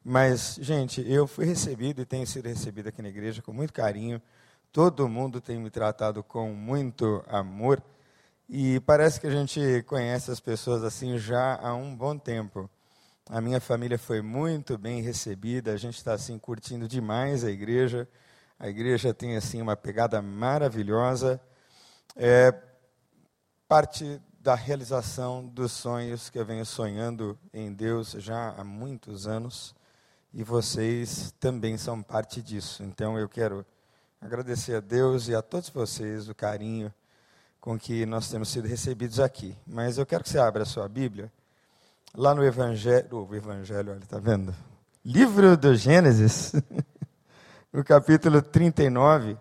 Mas, gente, eu fui recebido e tenho sido recebido aqui na igreja com muito carinho. Todo mundo tem me tratado com muito amor. E parece que a gente conhece as pessoas assim já há um bom tempo. A minha família foi muito bem recebida, a gente está assim curtindo demais a igreja. A igreja tem assim uma pegada maravilhosa. É parte da realização dos sonhos que eu venho sonhando em Deus já há muitos anos. E vocês também são parte disso. Então eu quero agradecer a Deus e a todos vocês o carinho com que nós temos sido recebidos aqui. Mas eu quero que você abra a sua Bíblia, lá no Evangelho, olha, está vendo? Livro do Gênesis, no capítulo 39,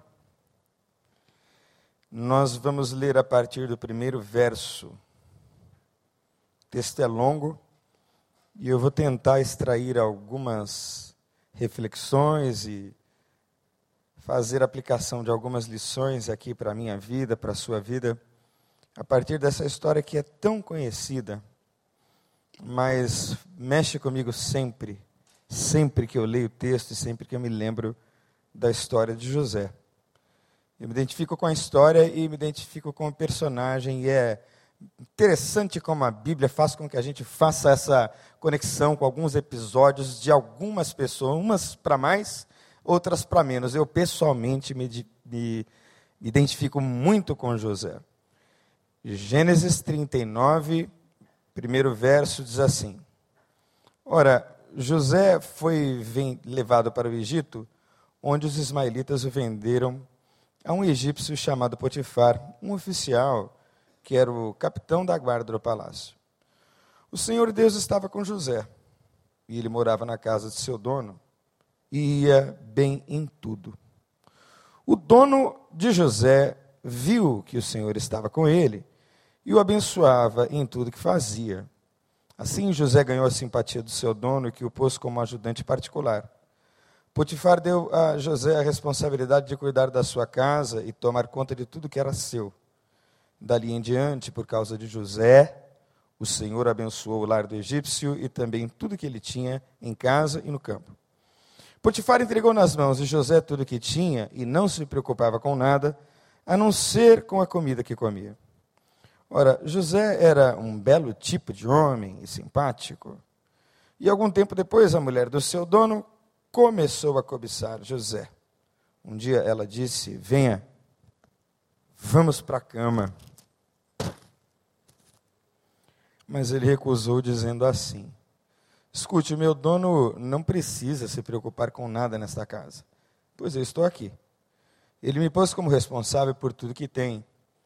nós vamos ler a partir do primeiro verso. O texto é longo, e eu vou tentar extrair algumas reflexões e fazer aplicação de algumas lições aqui para a minha vida, para a sua vida, a partir dessa história que é tão conhecida, mas mexe comigo sempre que eu leio o texto e sempre que eu me lembro da história de José. Eu me identifico com a história e me identifico com o personagem, e é interessante como a Bíblia faz com que a gente faça essa conexão com alguns episódios de algumas pessoas, umas para mais, outras para menos. Eu, pessoalmente, me identifico muito com José. Gênesis 39, primeiro verso, diz assim: Ora, José foi levado para o Egito, onde os ismaelitas o venderam a um egípcio chamado Potifar, um oficial que era o capitão da guarda do palácio. O Senhor Deus estava com José, e ele morava na casa de seu dono, e ia bem em tudo. O dono de José viu que o Senhor estava com ele e o abençoava em tudo que fazia. Assim, José ganhou a simpatia do seu dono, que o pôs como ajudante particular. Potifar deu a José a responsabilidade de cuidar da sua casa e tomar conta de tudo que era seu. Dali em diante, por causa de José, o Senhor abençoou o lar do egípcio e também tudo que ele tinha em casa e no campo. Potifar entregou nas mãos de José tudo o que tinha e não se preocupava com nada, a não ser com a comida que comia. Ora, José era um belo tipo de homem e simpático. E algum tempo depois, a mulher do seu dono começou a cobiçar José. Um dia ela disse: venha, vamos para a cama. Mas ele recusou, dizendo assim: escute, o meu dono não precisa se preocupar com nada nesta casa, pois eu estou aqui. Ele me pôs como responsável por tudo que tem.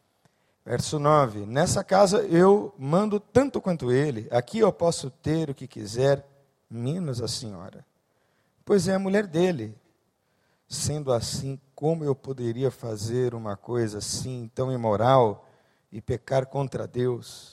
Verso 9: nessa casa eu mando tanto quanto ele, aqui eu posso ter o que quiser, menos a senhora, pois é a mulher dele. Sendo assim, como eu poderia fazer uma coisa assim, tão imoral, e pecar contra Deus?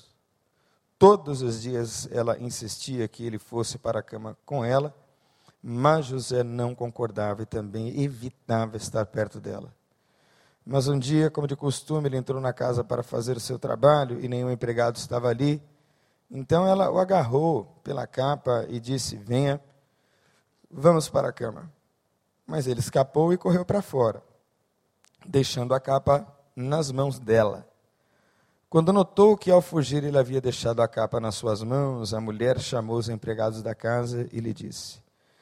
Todos os dias ela insistia que ele fosse para a cama com ela, mas José não concordava e também evitava estar perto dela. Mas um dia, como de costume, ele entrou na casa para fazer o seu trabalho e nenhum empregado estava ali. Então ela o agarrou pela capa e disse: venha, vamos para a cama. Mas ele escapou e correu para fora, deixando a capa nas mãos dela. Quando notou que ao fugir ele havia deixado a capa nas suas mãos, a mulher chamou os empregados da casa e lhe disse: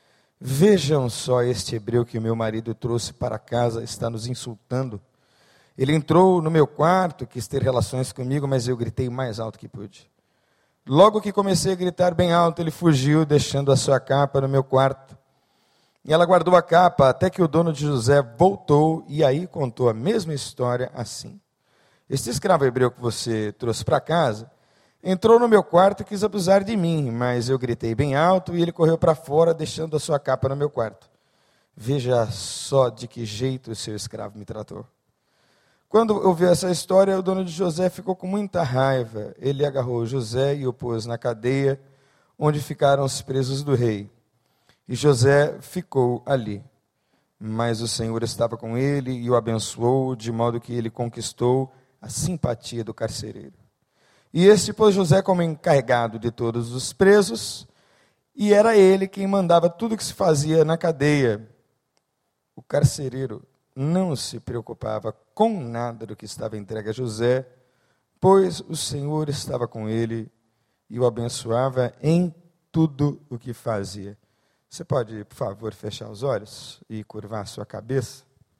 vejam só, este hebreu que o meu marido trouxe para casa está nos insultando. Ele entrou no meu quarto, quis ter relações comigo, mas eu gritei mais alto que pude. Logo que comecei a gritar bem alto, ele fugiu, deixando a sua capa no meu quarto. E ela guardou a capa até que o dono de José voltou, e aí contou a mesma história assim: este escravo hebreu que você trouxe para casa entrou no meu quarto e quis abusar de mim, mas eu gritei bem alto e ele correu para fora, deixando a sua capa no meu quarto. Veja só de que jeito o seu escravo me tratou. Quando ouviu essa história, o dono de José ficou com muita raiva. Ele agarrou José e o pôs na cadeia, onde ficaram os presos do rei. E José ficou ali. Mas o Senhor estava com ele e o abençoou, de modo que ele conquistou a simpatia do carcereiro. E este pôs José como encarregado de todos os presos, E era ele quem mandava tudo o que se fazia na cadeia. O carcereiro não se preocupava com nada do que estava entregue a José, pois o Senhor estava com ele e o abençoava em tudo o que fazia. Você pode, por favor, fechar os olhos e curvar a sua cabeça?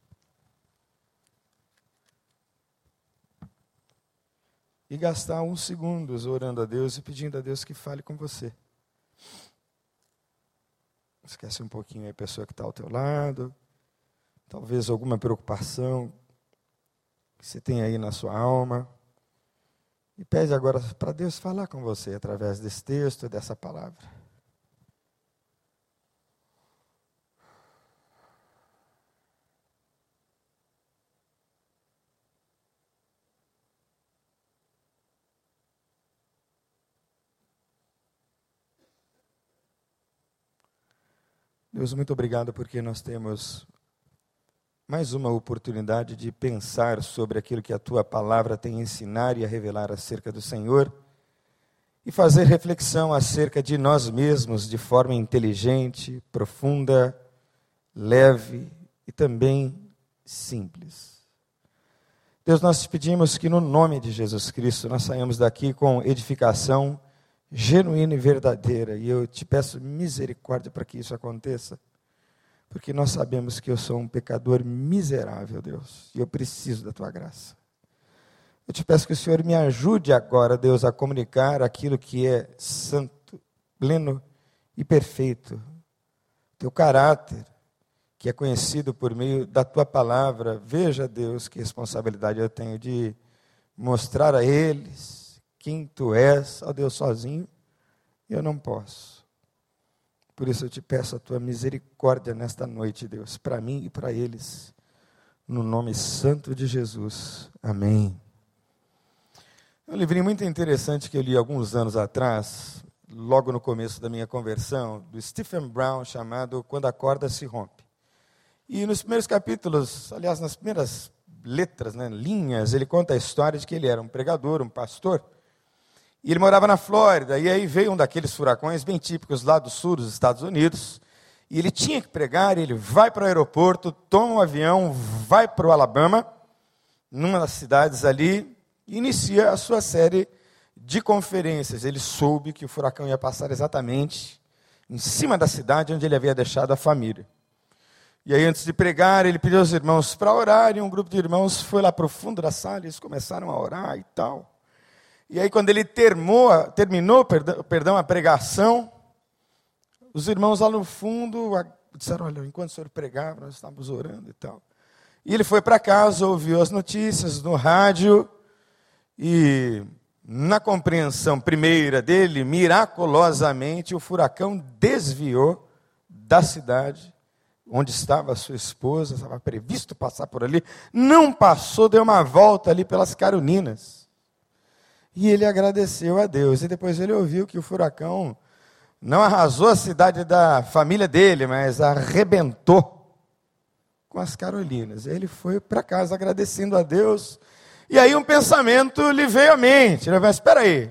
E gastar uns segundos orando a Deus e pedindo a Deus que fale com você. Esquece um pouquinho aí a pessoa que está ao teu lado, talvez alguma preocupação que você tem aí na sua alma. E pede agora para Deus falar com você através desse texto e dessa palavra. Deus, muito obrigado porque nós temos mais uma oportunidade de pensar sobre aquilo que a Tua palavra tem a ensinar e a revelar acerca do Senhor e fazer reflexão acerca de nós mesmos de forma inteligente, profunda, leve e também simples. Deus, nós te pedimos que no nome de Jesus Cristo nós saímos daqui com edificação genuína e verdadeira, e eu te peço misericórdia para que isso aconteça, porque nós sabemos que eu sou um pecador miserável, Deus, e eu preciso da tua graça. Eu te peço que o Senhor me ajude agora, Deus, a comunicar aquilo que é santo, pleno e perfeito, teu caráter, que é conhecido por meio da tua palavra. Veja, Deus, que responsabilidade eu tenho de mostrar a eles quem tu és, ó Deus, sozinho, eu não posso. Por isso eu te peço a tua misericórdia nesta noite, Deus, para mim e para eles, no nome santo de Jesus. Amém. Um livrinho muito interessante que eu li alguns anos atrás, logo no começo da minha conversão, do Stephen Brown, chamado Quando a Corda se Rompe. E nos primeiros capítulos, aliás, nas primeiras letras, linhas, ele conta a história de que ele era um pregador, um pastor, e ele morava na Flórida, e aí veio um daqueles furacões bem típicos lá do sul dos Estados Unidos, e ele tinha que pregar, ele vai para o aeroporto, toma um avião, vai para o Alabama, numa das cidades ali, e inicia a sua série de conferências. Ele soube que o furacão ia passar exatamente em cima da cidade onde ele havia deixado a família. E aí, antes de pregar, ele pediu aos irmãos para orar, e um grupo de irmãos foi lá para o fundo da sala, e eles começaram a orar e tal. E aí, quando ele terminou a pregação, os irmãos lá no fundo disseram, olha, enquanto o senhor pregava, nós estávamos orando e tal. E ele foi para casa, ouviu as notícias no rádio, e na compreensão primeira dele, miraculosamente, o furacão desviou da cidade onde estava a sua esposa, estava previsto passar por ali, não passou, deu uma volta ali pelas Carolinas. E ele agradeceu a Deus. E depois ele ouviu que o furacão não arrasou a cidade da família dele, mas arrebentou com as Carolinas. Ele foi para casa agradecendo a Deus. E aí um pensamento lhe veio à mente. Ele falou, espera aí.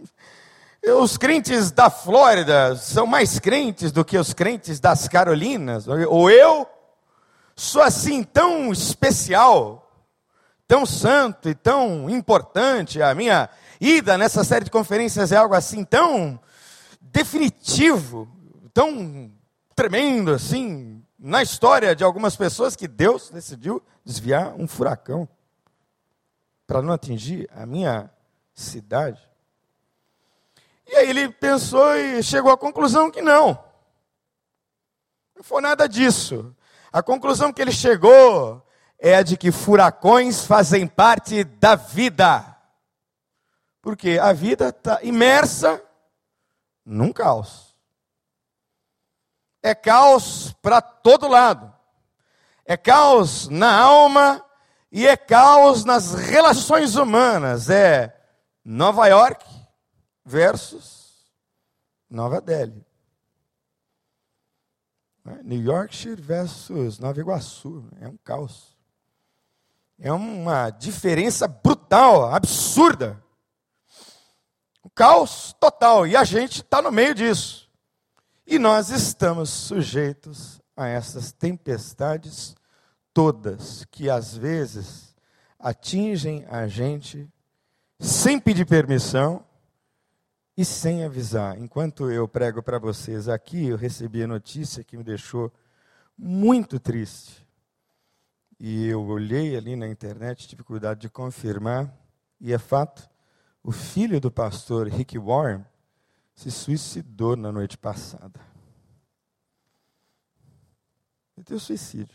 Os crentes da Flórida são mais crentes do que os crentes das Carolinas? Ou eu sou assim tão especial, tão santo e tão importante, a minha ida nessa série de conferências é algo assim tão definitivo, tão tremendo assim, na história de algumas pessoas, que Deus decidiu desviar um furacão para não atingir a minha cidade. E aí ele pensou e chegou à conclusão que não foi nada disso. A conclusão que ele chegou é a de que furacões fazem parte da vida. Porque a vida está imersa num caos. É caos para todo lado. É caos na alma e é caos nas relações humanas. É Nova York versus Nova Delhi. New Yorkshire versus Nova Iguaçu. É um caos. É uma diferença brutal, absurda. Um caos total. E a gente está no meio disso. E nós estamos sujeitos a essas tempestades todas, que às vezes atingem a gente sem pedir permissão e sem avisar. Enquanto eu prego para vocês aqui, eu recebi a notícia que me deixou muito triste. E eu olhei ali na internet, tive cuidado de confirmar, e é fato, o filho do pastor Rick Warren se suicidou na noite passada. Cometeu suicídio.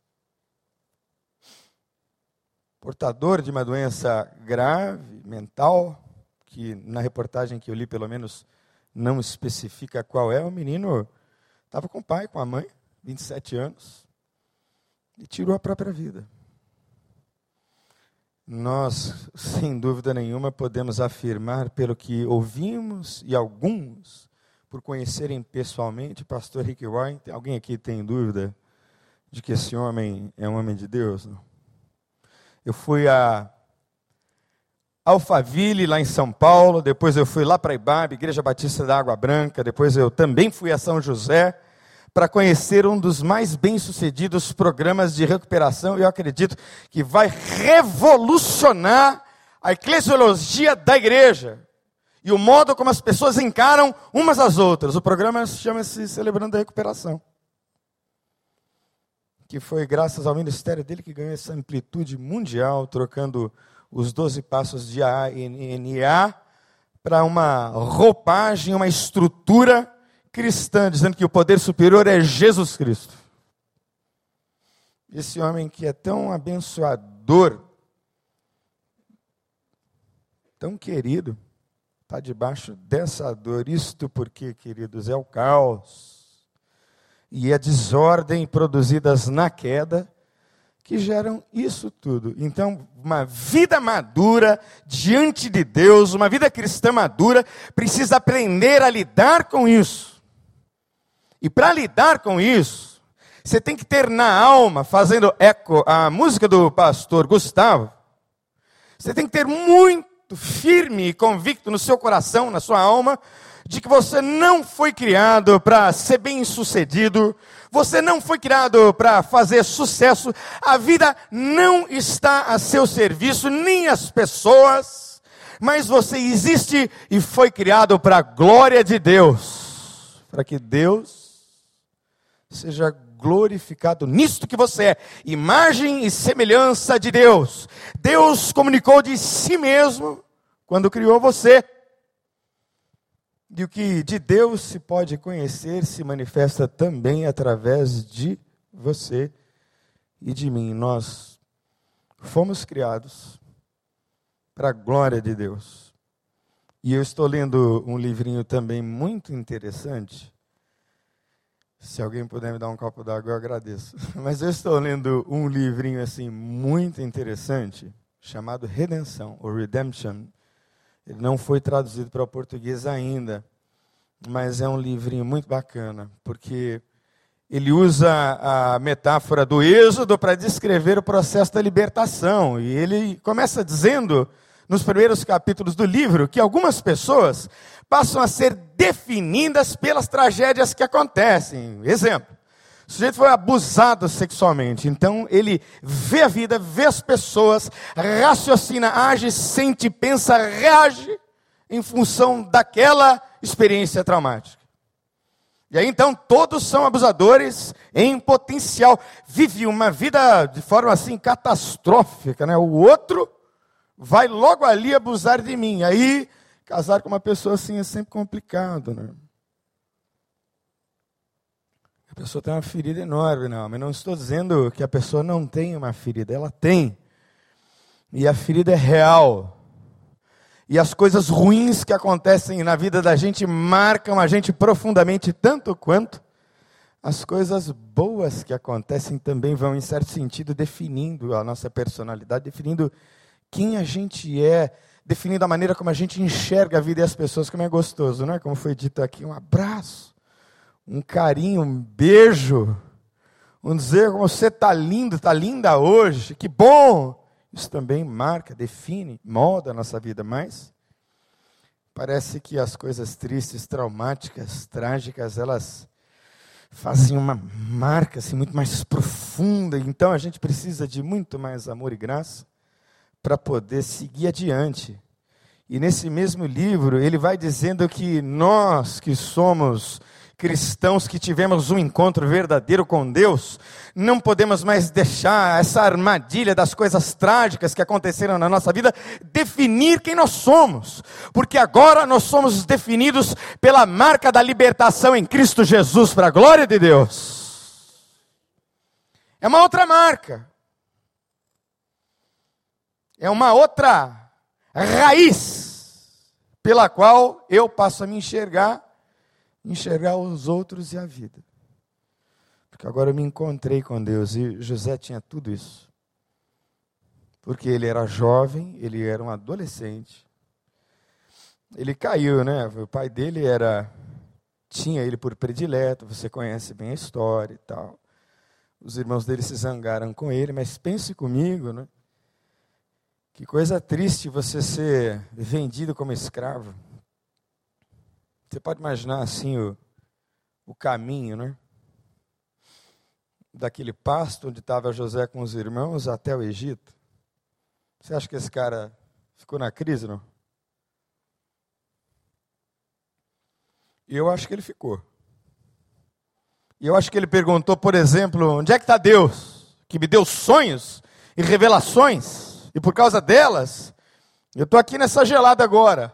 Portador de uma doença grave, mental, que na reportagem que eu li, pelo menos, não especifica qual é. O menino estava com o pai, com a mãe, 27 anos, e tirou a própria vida. Nós, sem dúvida nenhuma, podemos afirmar, pelo que ouvimos, e alguns, por conhecerem pessoalmente, pastor Rick Warren, alguém aqui tem dúvida de que esse homem é um homem de Deus? Não? Eu fui a Alphaville, lá em São Paulo, depois eu fui lá para Ibabe, Igreja Batista da Água Branca, depois eu também fui a São José, para conhecer um dos mais bem-sucedidos programas de recuperação, e eu acredito que vai revolucionar a eclesiologia da igreja, e o modo como as pessoas encaram umas às outras. O programa chama-se Celebrando a Recuperação, que foi graças ao ministério dele que ganhou essa amplitude mundial, trocando os 12 passos de ANA para uma roupagem, uma estrutura cristã, dizendo que o poder superior é Jesus Cristo. Esse homem que é tão abençoador, tão querido, está debaixo dessa dor. Isto porque, queridos, é o caos e a desordem produzidas na queda que geram isso tudo. Então, uma vida madura diante de Deus, uma vida cristã madura, precisa aprender a lidar com isso. E para lidar com isso, você tem que ter na alma, fazendo eco à música do pastor Gustavo, você tem que ter muito firme e convicto no seu coração, na sua alma, de que você não foi criado para ser bem-sucedido, você não foi criado para fazer sucesso, a vida não está a seu serviço, nem as pessoas, mas você existe e foi criado para a glória de Deus, para que Deus seja glorificado nisto que você é, imagem e semelhança de Deus. Deus comunicou de si mesmo quando criou você. E o que de Deus se pode conhecer se manifesta também através de você e de mim. Nós fomos criados para a glória de Deus. E eu estou lendo um livrinho também muito interessante. Se alguém puder me dar um copo d'água, eu agradeço. Mas eu estou lendo um livrinho assim muito interessante, chamado Redenção, ou Redemption. Ele não foi traduzido para o português ainda, mas é um livrinho muito bacana, porque ele usa a metáfora do êxodo para descrever o processo da libertação. E ele começa dizendo, nos primeiros capítulos do livro, que algumas pessoas passam a ser definidas pelas tragédias que acontecem. Exemplo, o sujeito foi abusado sexualmente, então ele vê a vida, vê as pessoas, raciocina, age, sente, pensa, reage em função daquela experiência traumática. E aí então todos são abusadores em potencial. Vive uma vida de forma assim catastrófica, né? O outro vai logo ali abusar de mim. Aí casar com uma pessoa assim é sempre complicado, né? A pessoa tem uma ferida enorme, não. Mas não estou dizendo que a pessoa não tem uma ferida. Ela tem. E a ferida é real. E as coisas ruins que acontecem na vida da gente marcam a gente profundamente, tanto quanto as coisas boas que acontecem também vão, em certo sentido, definindo a nossa personalidade, definindo quem a gente é, definindo a maneira como a gente enxerga a vida e as pessoas, como é gostoso, não é? Como foi dito aqui, um abraço, um carinho, um beijo, um dizer como você está lindo, está linda hoje, que bom! Isso também marca, define, molda a nossa vida, mas parece que as coisas tristes, traumáticas, trágicas, elas fazem uma marca assim, muito mais profunda. Então a gente precisa de muito mais amor e graça para poder seguir adiante. E nesse mesmo livro, ele vai dizendo que nós que somos cristãos, que tivemos um encontro verdadeiro com Deus, não podemos mais deixar essa armadilha das coisas trágicas que aconteceram na nossa vida definir quem nós somos, porque agora nós somos definidos pela marca da libertação em Cristo Jesus, para a glória de Deus. É uma outra marca, é uma outra raiz pela qual eu passo a me enxergar os outros e a vida. Porque agora eu me encontrei com Deus, e José tinha tudo isso. Porque ele era jovem, ele era um adolescente. Ele caiu, né? O pai dele tinha ele por predileto, você conhece bem a história e tal. Os irmãos dele se zangaram com ele, mas pense comigo, né? Que coisa triste você ser vendido como escravo. Você pode imaginar assim o caminho, né? Daquele pasto onde estava José com os irmãos até o Egito. Você acha que esse cara ficou na crise, não? E eu acho que ele ficou. E eu acho que ele perguntou, por exemplo, onde é que está Deus? Que me deu sonhos e revelações, e por causa delas, eu estou aqui nessa gelada agora.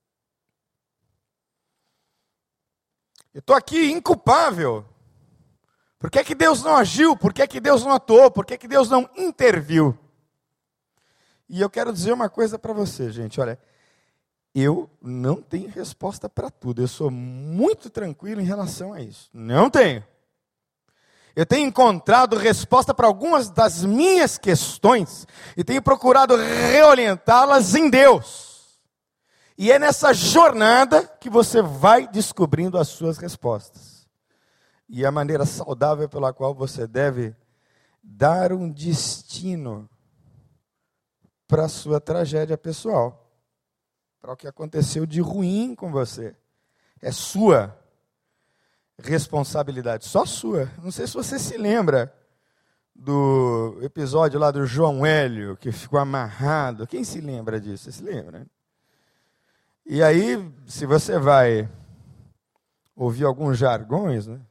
Eu estou aqui inculpável. Por que Deus não agiu? Por que Deus não atuou? Por que Deus não interviu? E eu quero dizer uma coisa para você, gente. Olha, eu não tenho resposta para tudo. Eu sou muito tranquilo em relação a isso. Não tenho. Eu tenho encontrado resposta para algumas das minhas questões e tenho procurado reorientá-las em Deus. E é nessa jornada que você vai descobrindo as suas respostas. E a maneira saudável pela qual você deve dar um destino para a sua tragédia pessoal. Para o que aconteceu de ruim com você. É sua responsabilidade, só sua. Não sei se você se lembra do episódio lá do João Hélio, que ficou amarrado. Quem se lembra disso? Você se lembra, né? E aí, se você vai ouvir alguns jargões, né?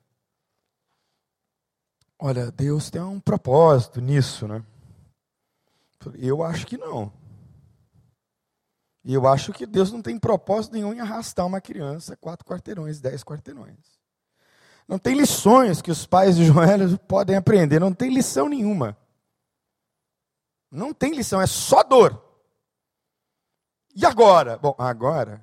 Olha, Deus tem um propósito nisso, né? Eu acho que não. E eu acho que Deus não tem propósito nenhum em arrastar uma criança 4 quarteirões, 10 quarteirões. Não tem lições que os pais de João Hélio podem aprender, não tem lição nenhuma. Não tem lição, é só dor. E agora? Bom, agora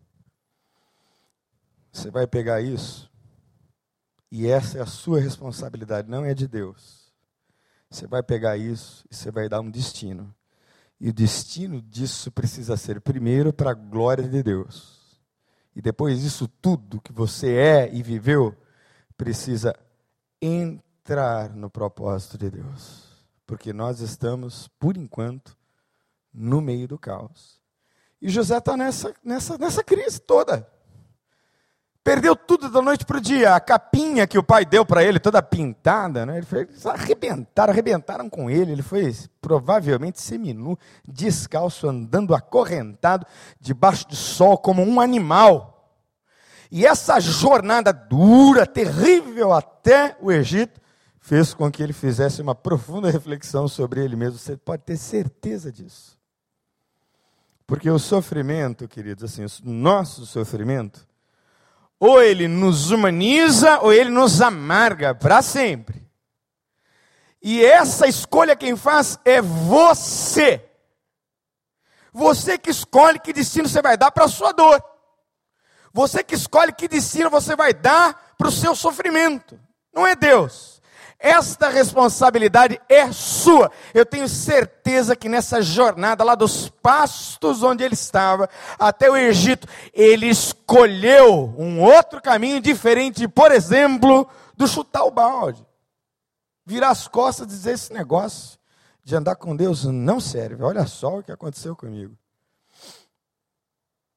você vai pegar isso e essa é a sua responsabilidade, não é de Deus. Você vai pegar isso e você vai dar um destino. E o destino disso precisa ser primeiro para a glória de Deus. E depois disso tudo que você é e viveu precisa entrar no propósito de Deus. Porque nós estamos, por enquanto, no meio do caos. E José está nessa crise toda. Perdeu tudo da noite para o dia. A capinha que o pai deu para ele, toda pintada, né? Eles arrebentaram com ele. Ele foi provavelmente seminu, descalço, andando acorrentado, debaixo do sol, como um animal. E essa jornada dura, terrível até o Egito, fez com que ele fizesse uma profunda reflexão sobre ele mesmo. Você pode ter certeza disso. Porque o sofrimento, queridos, assim, o nosso sofrimento, ou ele nos humaniza, ou ele nos amarga para sempre. E essa escolha quem faz é você. Você que escolhe que destino você vai dar para a sua dor. Você que escolhe que destino você vai dar para o seu sofrimento. Não é Deus. Esta responsabilidade é sua. Eu tenho certeza que nessa jornada lá dos pastos onde ele estava, até o Egito, ele escolheu um outro caminho diferente, por exemplo, do chutar o balde. Virar as costas e dizer esse negócio de andar com Deus não serve. Olha só o que aconteceu comigo.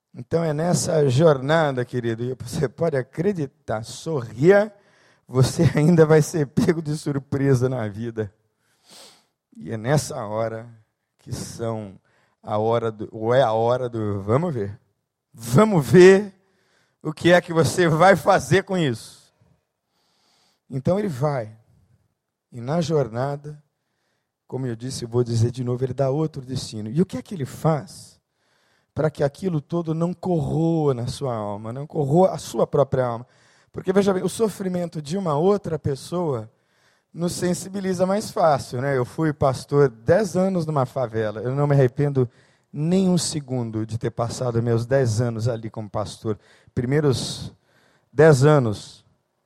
Então é nessa jornada, querido, e você pode acreditar, sorria, você ainda vai ser pego de surpresa na vida. E é nessa hora que é a hora do vamos ver. Vamos ver o que é que você vai fazer com isso. Então ele vai. E na jornada, como eu disse, eu vou dizer de novo, ele dá outro destino. E o que é que ele faz para que aquilo todo não corroa na sua alma, não corroa a sua própria alma? Porque, veja bem, o sofrimento de uma outra pessoa nos sensibiliza mais fácil, né? Eu fui pastor 10 anos numa favela, eu não me arrependo nem um segundo de ter passado meus 10 anos ali como pastor. Primeiros 10 anos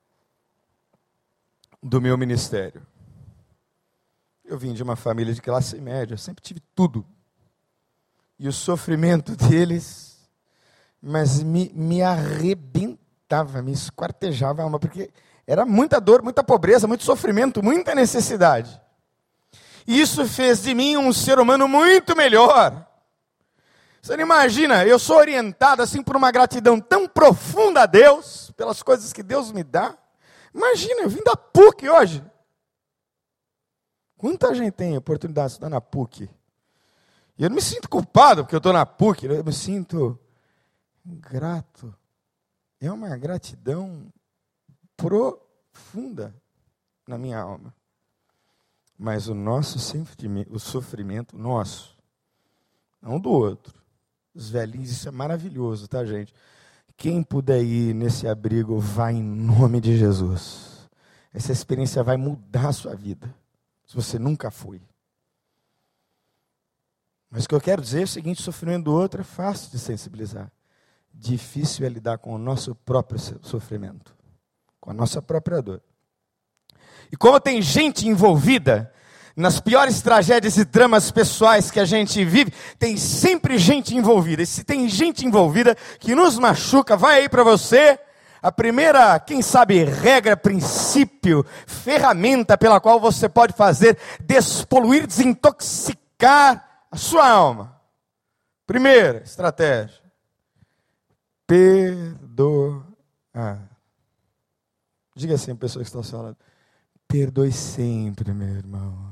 do meu ministério. Eu vim de uma família de classe média, sempre tive tudo. E o sofrimento deles, mas me arrebentava, me esquartejava a alma, porque era muita dor, muita pobreza, muito sofrimento, muita necessidade. E isso fez de mim um ser humano muito melhor. Você não imagina, eu sou orientado assim por uma gratidão tão profunda a Deus, pelas coisas que Deus me dá. Imagina, eu vim da PUC hoje. Quanta gente tem a oportunidade de estudar na PUC? E eu não me sinto culpado porque eu estou na PUC, eu me sinto grato. É uma gratidão profunda na minha alma. Mas o nosso o sofrimento nosso, não do outro. Os velhinhos, isso é maravilhoso, tá, gente? Quem puder ir nesse abrigo, vai em nome de Jesus. Essa experiência vai mudar a sua vida, se você nunca foi. Mas o que eu quero dizer é o seguinte, o sofrimento do outro é fácil de sensibilizar. Difícil é lidar com o nosso próprio sofrimento, com a nossa própria dor. E como tem gente envolvida nas piores tragédias e dramas pessoais que a gente vive, tem sempre gente envolvida. E se tem gente envolvida que nos machuca, vai aí para você a primeira, quem sabe, regra, princípio, ferramenta pela qual você pode fazer despoluir, desintoxicar a sua alma. Primeira estratégia: perdoar. Diga assim, pessoas que estão ao seu lado: perdoe sempre, meu irmão.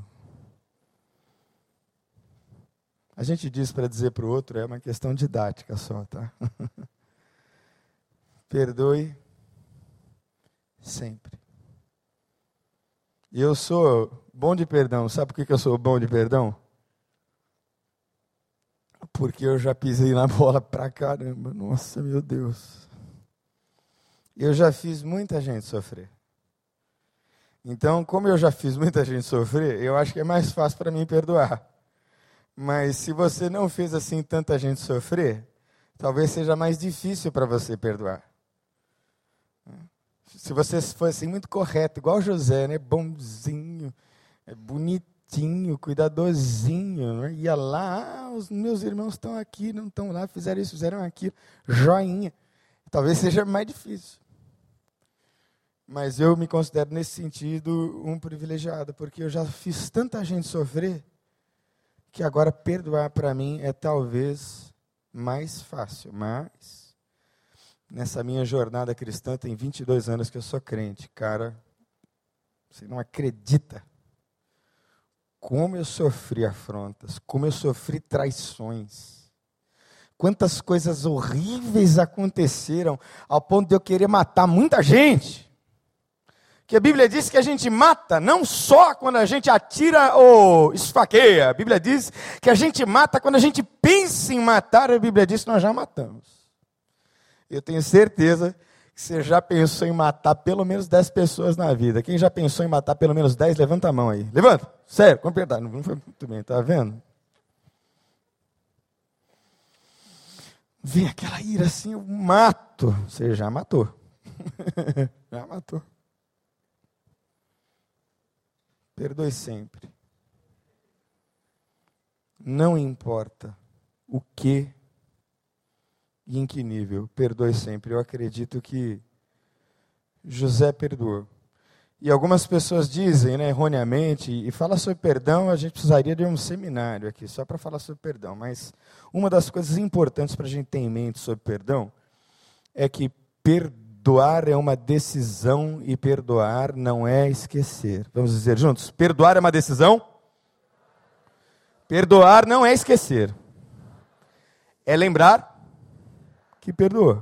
A gente diz para dizer para o outro, é uma questão didática só, tá? Perdoe sempre. E eu sou bom de perdão. Sabe por que eu sou bom de perdão? Porque eu já pisei na bola pra caramba. Nossa, meu Deus. Eu já fiz muita gente sofrer. Então, como eu já fiz muita gente sofrer, eu acho que é mais fácil para mim perdoar. Mas se você não fez assim tanta gente sofrer, talvez seja mais difícil para você perdoar. Se você fosse muito correto, igual José, né? Bonzinho, bonitinho, cuidadorzinho, né? Ia lá, os meus irmãos estão aqui, não estão lá, fizeram isso, fizeram aquilo, joinha. Talvez seja mais difícil. Mas eu me considero, nesse sentido, um privilegiado, porque eu já fiz tanta gente sofrer, que agora perdoar para mim é talvez mais fácil. Mas, nessa minha jornada cristã, tem 22 anos que eu sou crente. Cara, você não acredita como eu sofri afrontas, como eu sofri traições. Quantas coisas horríveis aconteceram ao ponto de eu querer matar muita gente. Que a Bíblia diz que a gente mata não só quando a gente atira ou esfaqueia. A Bíblia diz que a gente mata quando a gente pensa em matar. A Bíblia diz que nós já matamos. Eu tenho certeza que você já pensou em matar pelo menos 10 pessoas na vida. Quem já pensou em matar pelo menos 10, levanta a mão aí. Levanta. Sério, com verdade. Não foi muito bem, tá vendo? Vem aquela ira assim, eu mato. Você já matou. Já matou. Perdoe sempre. Não importa o que e em que nível, perdoe sempre. Eu acredito que José perdoou. E algumas pessoas dizem, né, erroneamente, e falar sobre perdão, a gente precisaria de um seminário aqui, só para falar sobre perdão. Mas uma das coisas importantes para a gente ter em mente sobre perdão é que perdoar é uma decisão e perdoar não é esquecer. Vamos dizer juntos? Perdoar é uma decisão? Perdoar não é esquecer. É lembrar que perdoou.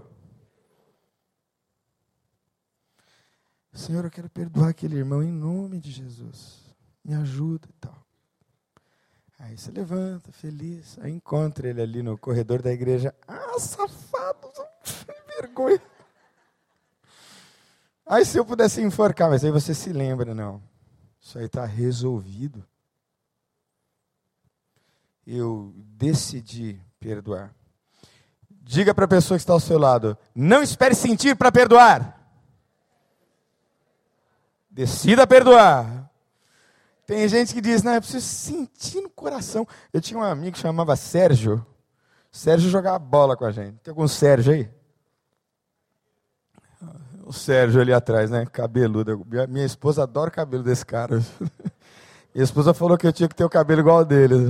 Senhor, eu quero perdoar aquele irmão em nome de Jesus. Me ajuda e tal. Aí você levanta, feliz. Aí encontra ele ali no corredor da igreja. Ah, safado, vergonha. Aí se eu pudesse enforcar, mas aí você se lembra, não. Isso aí está resolvido. Eu decidi perdoar. Diga para a pessoa que está ao seu lado, não espere sentir para perdoar. Decida perdoar. Tem gente que diz, não, eu preciso sentir no coração. Eu tinha um amigo que chamava Sérgio. Sérgio jogava bola com a gente. Tem algum Sérgio aí? O Sérgio ali atrás, né? Cabeludo. Minha esposa adora o cabelo desse cara. Minha esposa falou que eu tinha que ter o cabelo igual ao dele.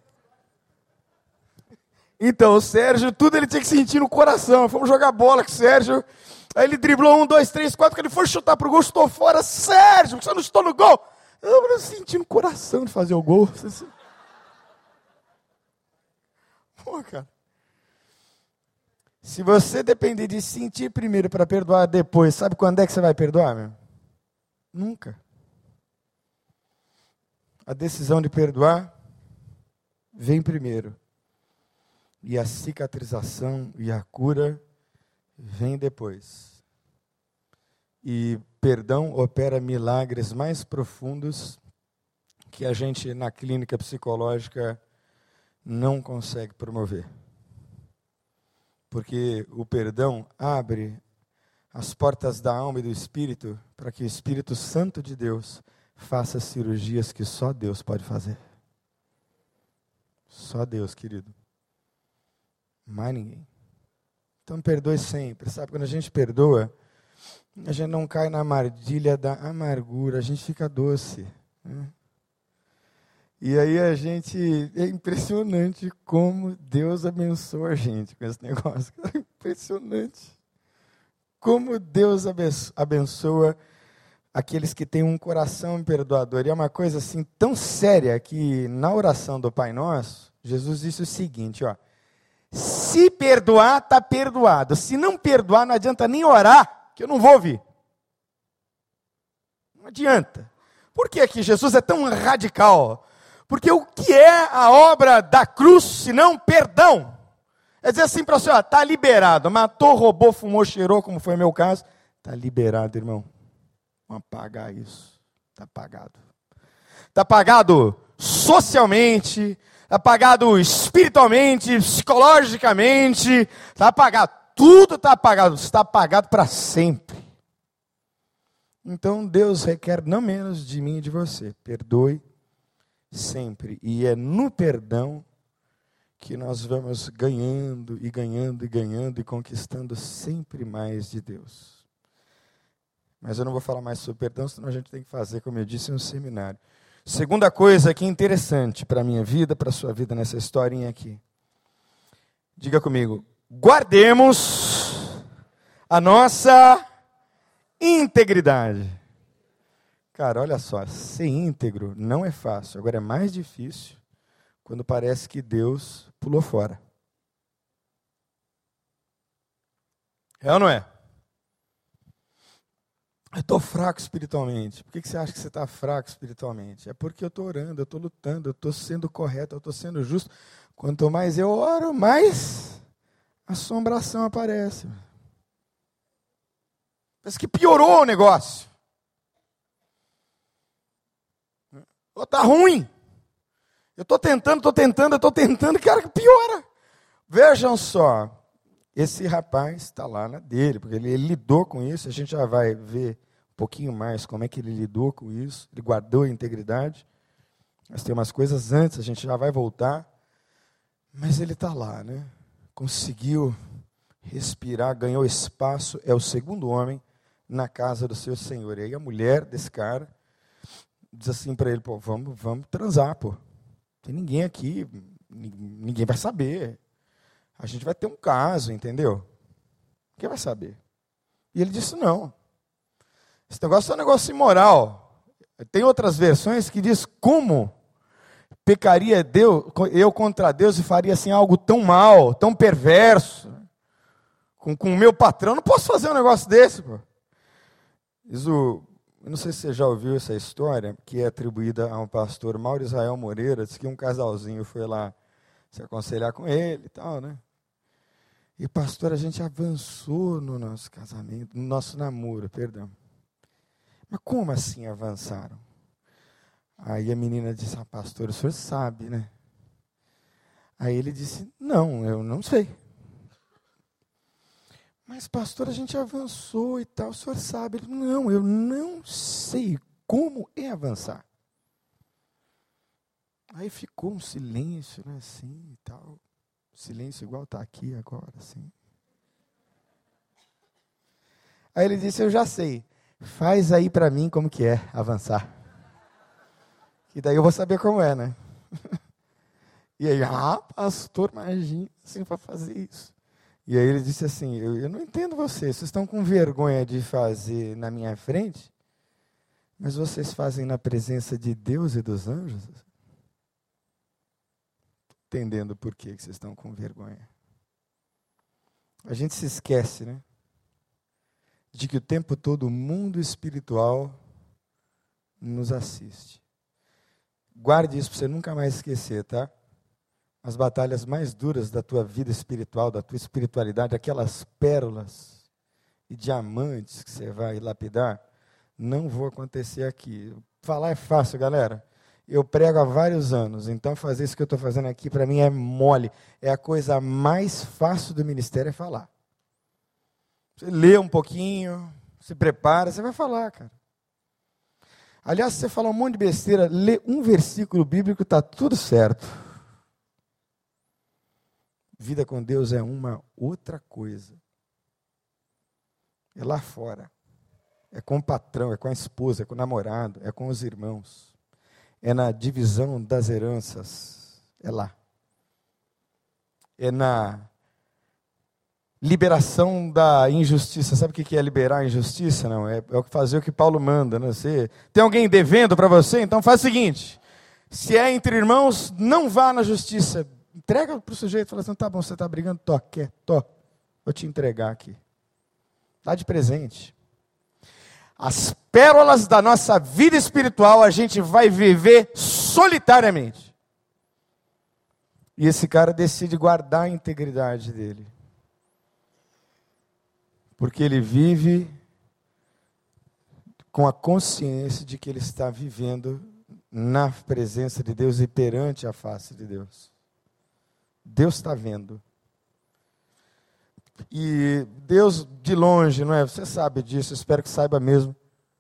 Então, o Sérgio, tudo ele tinha que sentir no coração. Fomos jogar bola com o Sérgio. Aí ele driblou 1, 2, 3, 4. Quando ele foi chutar pro gol, chutou fora. Sérgio, você não chutou no gol? Eu senti no coração de fazer o gol. Pô, cara. Se você depender de sentir primeiro para perdoar depois, sabe quando é que você vai perdoar, meu? Nunca. A decisão de perdoar vem primeiro. E a cicatrização e a cura vem depois. E perdão opera milagres mais profundos que a gente, na clínica psicológica, não consegue promover. Porque o perdão abre as portas da alma e do espírito para que o Espírito Santo de Deus faça cirurgias que só Deus pode fazer. Só Deus, querido. Mais ninguém. Então perdoe sempre, sabe? Quando a gente perdoa, a gente não cai na armadilha da amargura, a gente fica doce, né? E aí é impressionante como Deus abençoa a gente com esse negócio. Impressionante. Como Deus abençoa aqueles que têm um coração perdoador. E é uma coisa assim tão séria que na oração do Pai Nosso, Jesus disse o seguinte, ó. Se perdoar, está perdoado. Se não perdoar, não adianta nem orar, que eu não vou ouvir. Não adianta. Por que aqui Jesus é tão radical? Porque o que é a obra da cruz, se não perdão? É dizer assim para você, está liberado. Matou, roubou, fumou, cheirou, como foi o meu caso. Está liberado, irmão. Vamos apagar isso. Está pagado. Está pagado socialmente, está pagado espiritualmente, psicologicamente, está pagado. Tudo está pagado. Está pagado para sempre. Então Deus requer não menos de mim e de você. Perdoe sempre. E é no perdão que nós vamos ganhando e ganhando e ganhando e conquistando sempre mais de Deus. Mas eu não vou falar mais sobre perdão, senão a gente tem que fazer, como eu disse, um seminário. Segunda coisa que é interessante para a minha vida, para a sua vida nessa historinha aqui. Diga comigo, guardemos a nossa integridade. Cara, olha só, ser íntegro não é fácil. Agora é mais difícil quando parece que Deus pulou fora. É ou não é? Eu estou fraco espiritualmente. Por que você acha que você está fraco espiritualmente? É porque eu estou orando, eu estou lutando, eu estou sendo correto, eu estou sendo justo. Quanto mais eu oro, mais assombração aparece. Parece que piorou o negócio. Ou está ruim. Eu estou tentando, cara, que piora. Vejam só. Esse rapaz está lá na dele, porque ele lidou com isso, a gente já vai ver um pouquinho mais como é que ele lidou com isso, ele guardou a integridade, mas tem umas coisas antes, a gente já vai voltar, mas ele está lá, né? Conseguiu respirar, ganhou espaço, é o segundo homem na casa do seu senhor. E aí a mulher desse cara diz assim para ele, pô, vamos transar, pô. Tem ninguém aqui, ninguém vai saber. A gente vai ter um caso, entendeu? Quem vai saber? E ele disse, não. Esse negócio é um negócio imoral. Tem outras versões que diz, como pecaria eu contra Deus e faria assim algo tão mal, tão perverso, com o meu patrão? Não posso fazer um negócio desse, pô. Eu não sei se você já ouviu essa história, que é atribuída a um pastor, Mauro Israel Moreira, diz que um casalzinho foi lá se aconselhar com ele e tal, né? E pastor, a gente avançou no nosso casamento, no nosso namoro, perdão. Mas como assim avançaram? Aí a menina disse, pastor, o senhor sabe, né? Aí ele disse, não, eu não sei. Mas pastor, a gente avançou e tal, o senhor sabe. Ele, não, eu não sei como é avançar. Aí ficou um silêncio, né, assim e tal. Silêncio igual está aqui agora, assim. Aí ele disse, eu já sei. Faz aí para mim como que é avançar. E daí eu vou saber como é, né? E aí, pastor, imagina assim para fazer isso. E aí ele disse assim, eu não entendo vocês estão com vergonha de fazer na minha frente, mas vocês fazem na presença de Deus e dos anjos? Entendendo por que vocês estão com vergonha. A gente se esquece, né? De que o tempo todo o mundo espiritual nos assiste. Guarde isso para você nunca mais esquecer, tá? As batalhas mais duras da tua vida espiritual, da tua espiritualidade, aquelas pérolas e diamantes que você vai lapidar, não vão acontecer aqui. Falar é fácil, galera. Eu prego há vários anos, então fazer isso que eu estou fazendo aqui para mim é mole. É a coisa mais fácil do ministério é falar. Você lê um pouquinho, se prepara, você vai falar, cara. Aliás, se você falar um monte de besteira, lê um versículo bíblico, está tudo certo. Vida com Deus é uma outra coisa. É lá fora. É com o patrão, é com a esposa, é com o namorado, é com os irmãos. É na divisão das heranças. É lá. É na liberação da injustiça. Sabe o que é liberar a injustiça? Não, é fazer o que Paulo manda. Né? Você tem alguém devendo para você? Então faz o seguinte. Se é entre irmãos, não vá na justiça. Entrega para o sujeito, fala assim, tá bom, você está brigando, vou te entregar aqui. Dá de presente. As pérolas da nossa vida espiritual a gente vai viver solitariamente. E esse cara decide guardar a integridade dele. Porque ele vive com a consciência de que ele está vivendo na presença de Deus e perante a face de Deus. Deus está vendo. E Deus de longe, não é? Você sabe disso, espero que saiba mesmo.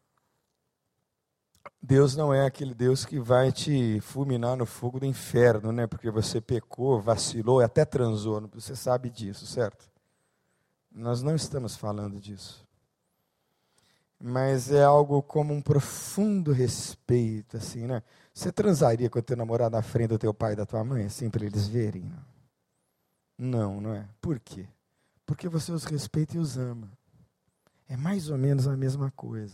Deus não é aquele Deus que vai te fulminar no fogo do inferno, né? Porque você pecou, vacilou e até transou. Você sabe disso, certo? Nós não estamos falando disso. Mas é algo como um profundo respeito, assim, né? Você transaria com o teu namorado na frente do teu pai e da tua mãe, assim, para eles verem? Não, não é? Por quê? Porque você os respeita e os ama. É mais ou menos a mesma coisa.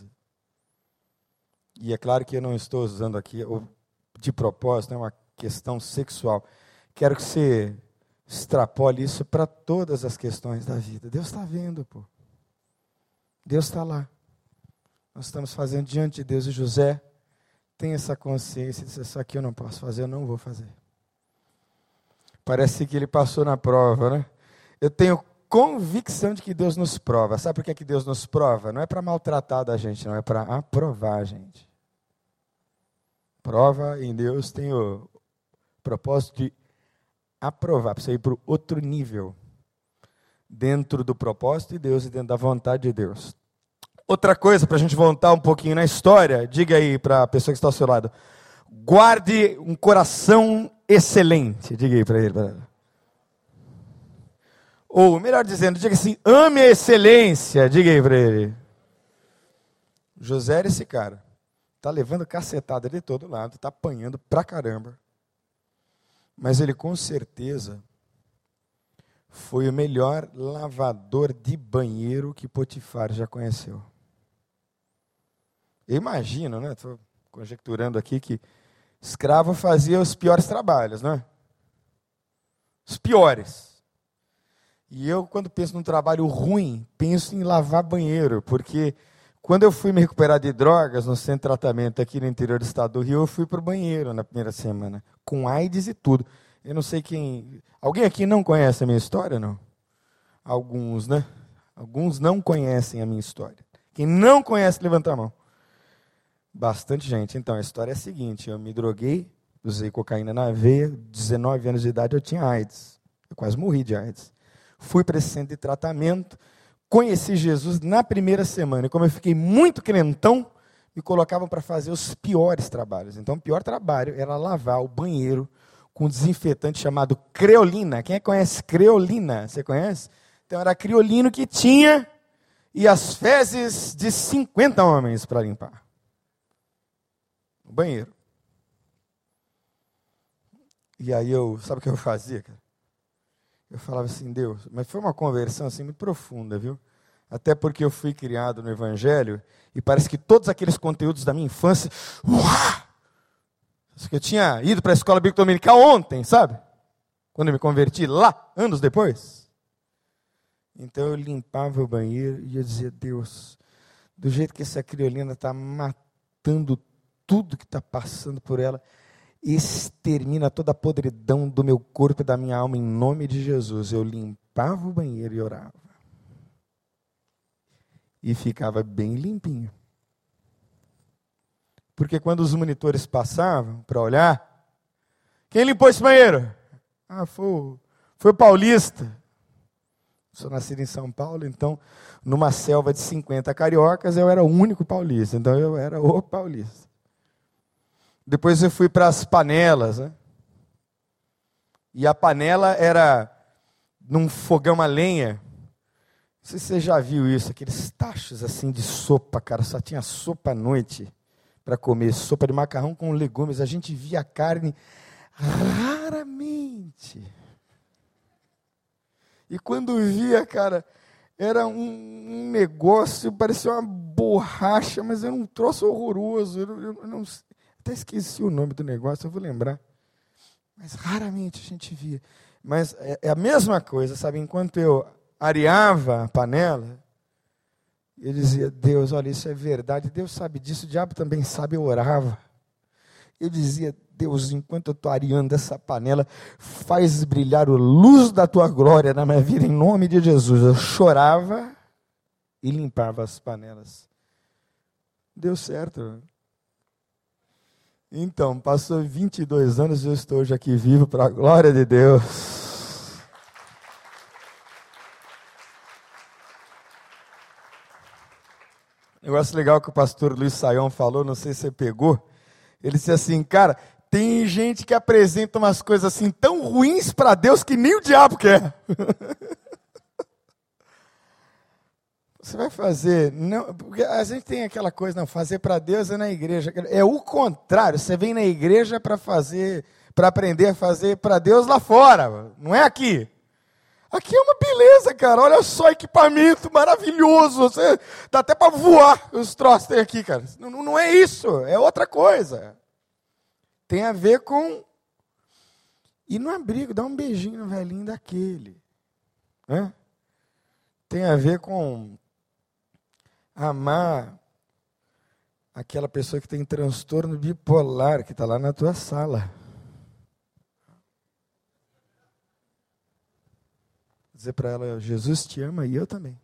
E é claro que eu não estou usando aqui, de propósito, é uma questão sexual. Quero que você extrapole isso para todas as questões da vida. Deus está vendo, pô. Deus está lá. Nós estamos fazendo diante de Deus. E José tem essa consciência, diz, isso aqui eu não posso fazer, eu não vou fazer. Parece que ele passou na prova, né? Eu tenho convicção de que Deus nos prova. Sabe por que Deus nos prova? Não é para maltratar da gente, não, é para aprovar a gente. Prova em Deus tem o propósito de aprovar, para você ir para o outro nível, dentro do propósito de Deus e dentro da vontade de Deus. Outra coisa, para a gente voltar um pouquinho na história, diga aí para a pessoa que está ao seu lado, guarde um coração excelente, diga aí para ele. Ou, melhor dizendo, diga assim, ame a excelência, diga aí para ele. José era esse cara. Está levando cacetada de todo lado, está apanhando pra caramba. Mas ele com certeza foi o melhor lavador de banheiro que Potifar já conheceu. Eu imagino, né? Estou conjecturando aqui que escravo fazia os piores trabalhos, né? Os piores. E eu, quando penso num trabalho ruim, penso em lavar banheiro, porque quando eu fui me recuperar de drogas no centro de tratamento aqui no interior do estado do Rio, eu fui para o banheiro na primeira semana, com AIDS e tudo. Eu não sei quem... Alguém aqui não conhece a minha história, não? Alguns, né? Alguns não conhecem a minha história. Quem não conhece, levanta a mão. Bastante gente. Então, a história é a seguinte, eu me droguei, usei cocaína na veia, 19 anos de idade eu tinha AIDS. Eu quase morri de AIDS. Fui para esse centro de tratamento, conheci Jesus na primeira semana. E como eu fiquei muito crentão, me colocavam para fazer os piores trabalhos. Então, o pior trabalho era lavar o banheiro com um desinfetante chamado creolina. Quem é que conhece creolina? Você conhece? Então, era criolino que tinha e as fezes de 50 homens para limpar o banheiro. E aí sabe o que eu fazia, cara? Eu falava assim, Deus, mas foi uma conversão assim muito profunda, viu? Até porque eu fui criado no Evangelho e parece que todos aqueles conteúdos da minha infância, que eu tinha ido para a escola bíblica dominical ontem, sabe? Quando eu me converti lá, anos depois. Então eu limpava o banheiro e eu dizia, Deus, do jeito que essa criolina está matando tudo que está passando por ela, extermina toda a podridão do meu corpo e da minha alma em nome de Jesus. Eu limpava o banheiro e orava. E ficava bem limpinho. Porque quando os monitores passavam para olhar, quem limpou esse banheiro? Ah, foi o paulista. Sou nascido em São Paulo, então, numa selva de 50 cariocas, eu era o único paulista. Então, eu era o paulista. Depois eu fui para as panelas, né? E a panela era num fogão a lenha. Não sei se você já viu isso, aqueles tachos assim de sopa, cara. Só tinha sopa à noite para comer, sopa de macarrão com legumes. A gente via carne raramente. E quando via, cara, era um negócio, parecia uma borracha, mas era um troço horroroso. Eu não sei. Até esqueci o nome do negócio, eu vou lembrar. Mas raramente a gente via. Mas é a mesma coisa, sabe? Enquanto eu areava a panela, eu dizia, Deus, olha, isso é verdade. Deus sabe disso, o diabo também sabe, eu orava. Eu dizia, Deus, enquanto eu estou areando essa panela, faz brilhar a luz da tua glória na minha vida, em nome de Jesus. Eu chorava e limpava as panelas. Deu certo. Então, passou 22 anos e eu estou hoje aqui vivo para a glória de Deus. Negócio legal que o pastor Luiz Saião falou, não sei se você pegou. Ele disse assim, cara, tem gente que apresenta umas coisas assim tão ruins para Deus que nem o diabo quer. Você vai fazer, não, porque a gente tem aquela coisa, não, fazer para Deus é na igreja. É o contrário, você vem na igreja para fazer, para aprender a fazer para Deus lá fora, não é aqui. Aqui é uma beleza, cara, olha só, equipamento maravilhoso, você dá até para voar os troços tem aqui, cara. Não é isso, é outra coisa. Tem a ver com ir no abrigo, dar um beijinho no velhinho daquele. Né? Tem a ver com amar aquela pessoa que tem transtorno bipolar, que está lá na tua sala. Dizer para ela, Jesus te ama e eu também.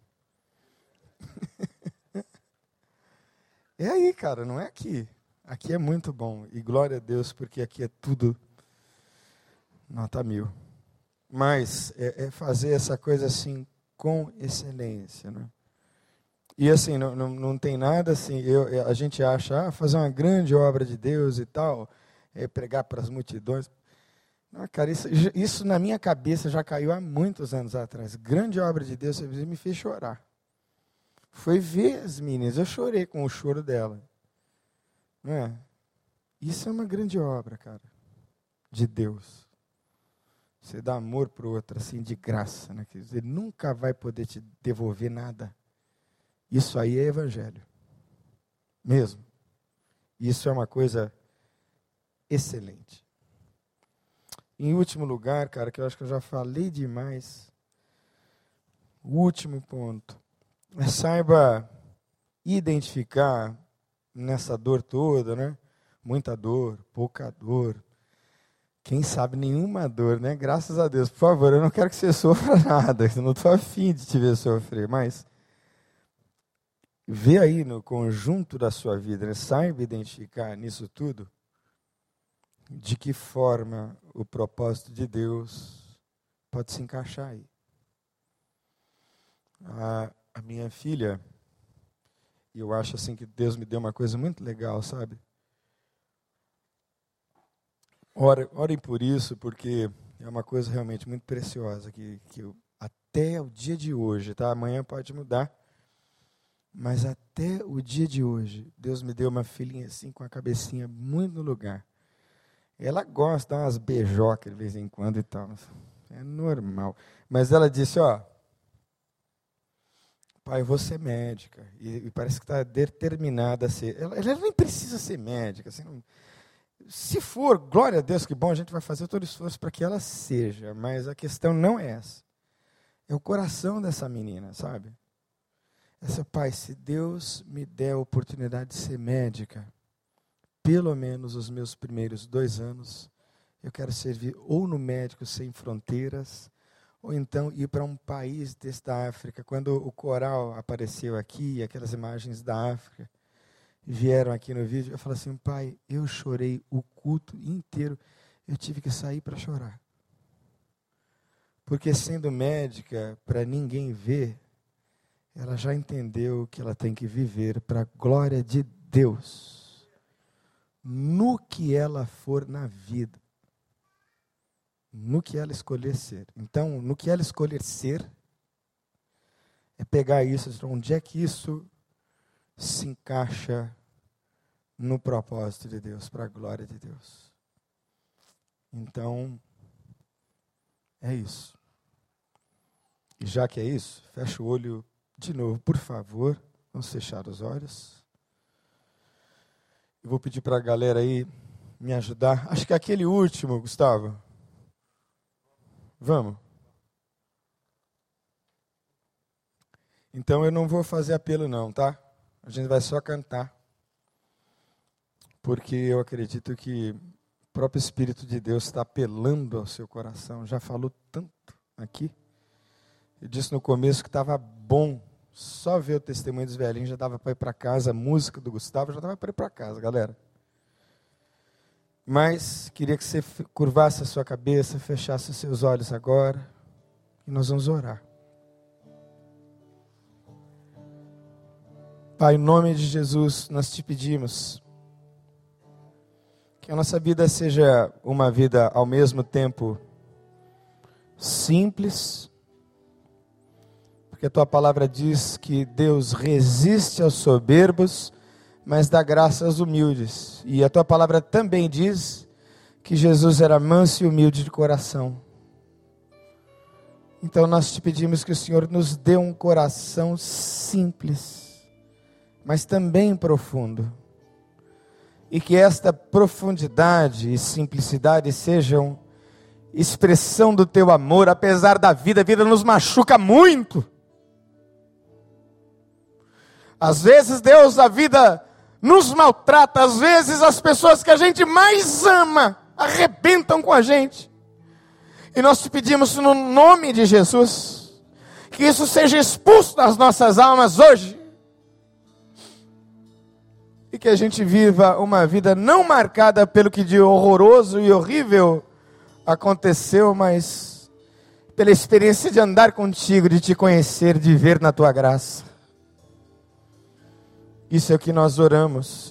É aí, cara, não é aqui. Aqui é muito bom. E glória a Deus, porque aqui é tudo nota 1000. Mas é fazer essa coisa assim com excelência, né? E assim, não tem nada assim, a gente acha, fazer uma grande obra de Deus e tal, pregar para as multidões. Não, cara, isso na minha cabeça já caiu há muitos anos atrás. Grande obra de Deus, me fez chorar. foi ver as meninas. Eu chorei com o choro dela. Não é? Isso é uma grande obra, cara, de Deus. Você dá amor para o outro, assim, de graça, né? Quer dizer, ele nunca vai poder te devolver nada. Isso aí é evangelho. Mesmo. Isso é uma coisa excelente. Em último lugar, cara, que eu acho que eu já falei demais, o último ponto, saiba identificar nessa dor toda, né? Muita dor, pouca dor, quem sabe nenhuma dor, né? Graças a Deus. Por favor, eu não quero que você sofra nada, eu não estou afim de te ver sofrer, mas vê aí no conjunto da sua vida, né? Saiba identificar nisso tudo de que forma o propósito de Deus pode se encaixar aí. A minha filha, eu acho assim que Deus me deu uma coisa muito legal, sabe? Orem por isso, porque é uma coisa realmente muito preciosa, que até o dia de hoje, tá? Amanhã pode mudar, mas até o dia de hoje, Deus me deu uma filhinha assim, com a cabecinha muito no lugar. Ela gosta de dar umas beijocas de vez em quando e tal, é normal. Mas ela disse, ó, pai, eu vou ser médica, e parece que está determinada a ser. Ela nem precisa ser médica, assim, não. Se for, glória a Deus, que bom, a gente vai fazer todo o esforço para que ela seja, mas a questão não é essa. É o coração dessa menina, sabe? Essa, pai, se Deus me der a oportunidade de ser médica, pelo menos os meus primeiros 2 anos, eu quero servir ou no Médicos Sem Fronteiras, ou então ir para um país desse da África. Quando o coral apareceu aqui, aquelas imagens da África, vieram aqui no vídeo, eu falei assim, pai, eu chorei o culto inteiro, eu tive que sair para chorar. Porque sendo médica, para ninguém ver, ela já entendeu que ela tem que viver para a glória de Deus, no que ela for na vida, no que ela escolher ser. Então, no que ela escolher ser, é pegar isso, onde é que isso se encaixa no propósito de Deus, para a glória de Deus. Então, é isso. E já que é isso, fecha o olho de novo, por favor. Vamos fechar os olhos. Eu vou pedir para a galera aí me ajudar. Acho que é aquele último, Gustavo. Vamos? Então eu não vou fazer apelo não, tá? A gente vai só cantar. Porque eu acredito que o próprio Espírito de Deus está apelando ao seu coração. Já falou tanto aqui. Eu disse no começo que estava bom. Só ver o testemunho dos velhinhos já dava para ir para casa. A música do Gustavo já dava para ir para casa, galera. Mas queria que você curvasse a sua cabeça, fechasse os seus olhos agora. E nós vamos orar. Pai, em nome de Jesus, nós te pedimos que a nossa vida seja uma vida ao mesmo tempo simples, porque a tua palavra diz que Deus resiste aos soberbos, mas dá graça aos humildes. E a tua palavra também diz que Jesus era manso e humilde de coração. Então nós te pedimos que o Senhor nos dê um coração simples, mas também profundo. E que esta profundidade e simplicidade sejam expressão do teu amor, apesar da vida. A vida nos machuca muito. Às vezes, Deus, a vida nos maltrata. Às vezes, as pessoas que a gente mais ama arrebentam com a gente. E nós te pedimos no nome de Jesus, que isso seja expulso das nossas almas hoje. E que a gente viva uma vida não marcada pelo que de horroroso e horrível aconteceu, mas pela experiência de andar contigo, de te conhecer, de ver na tua graça. Isso é o que nós oramos.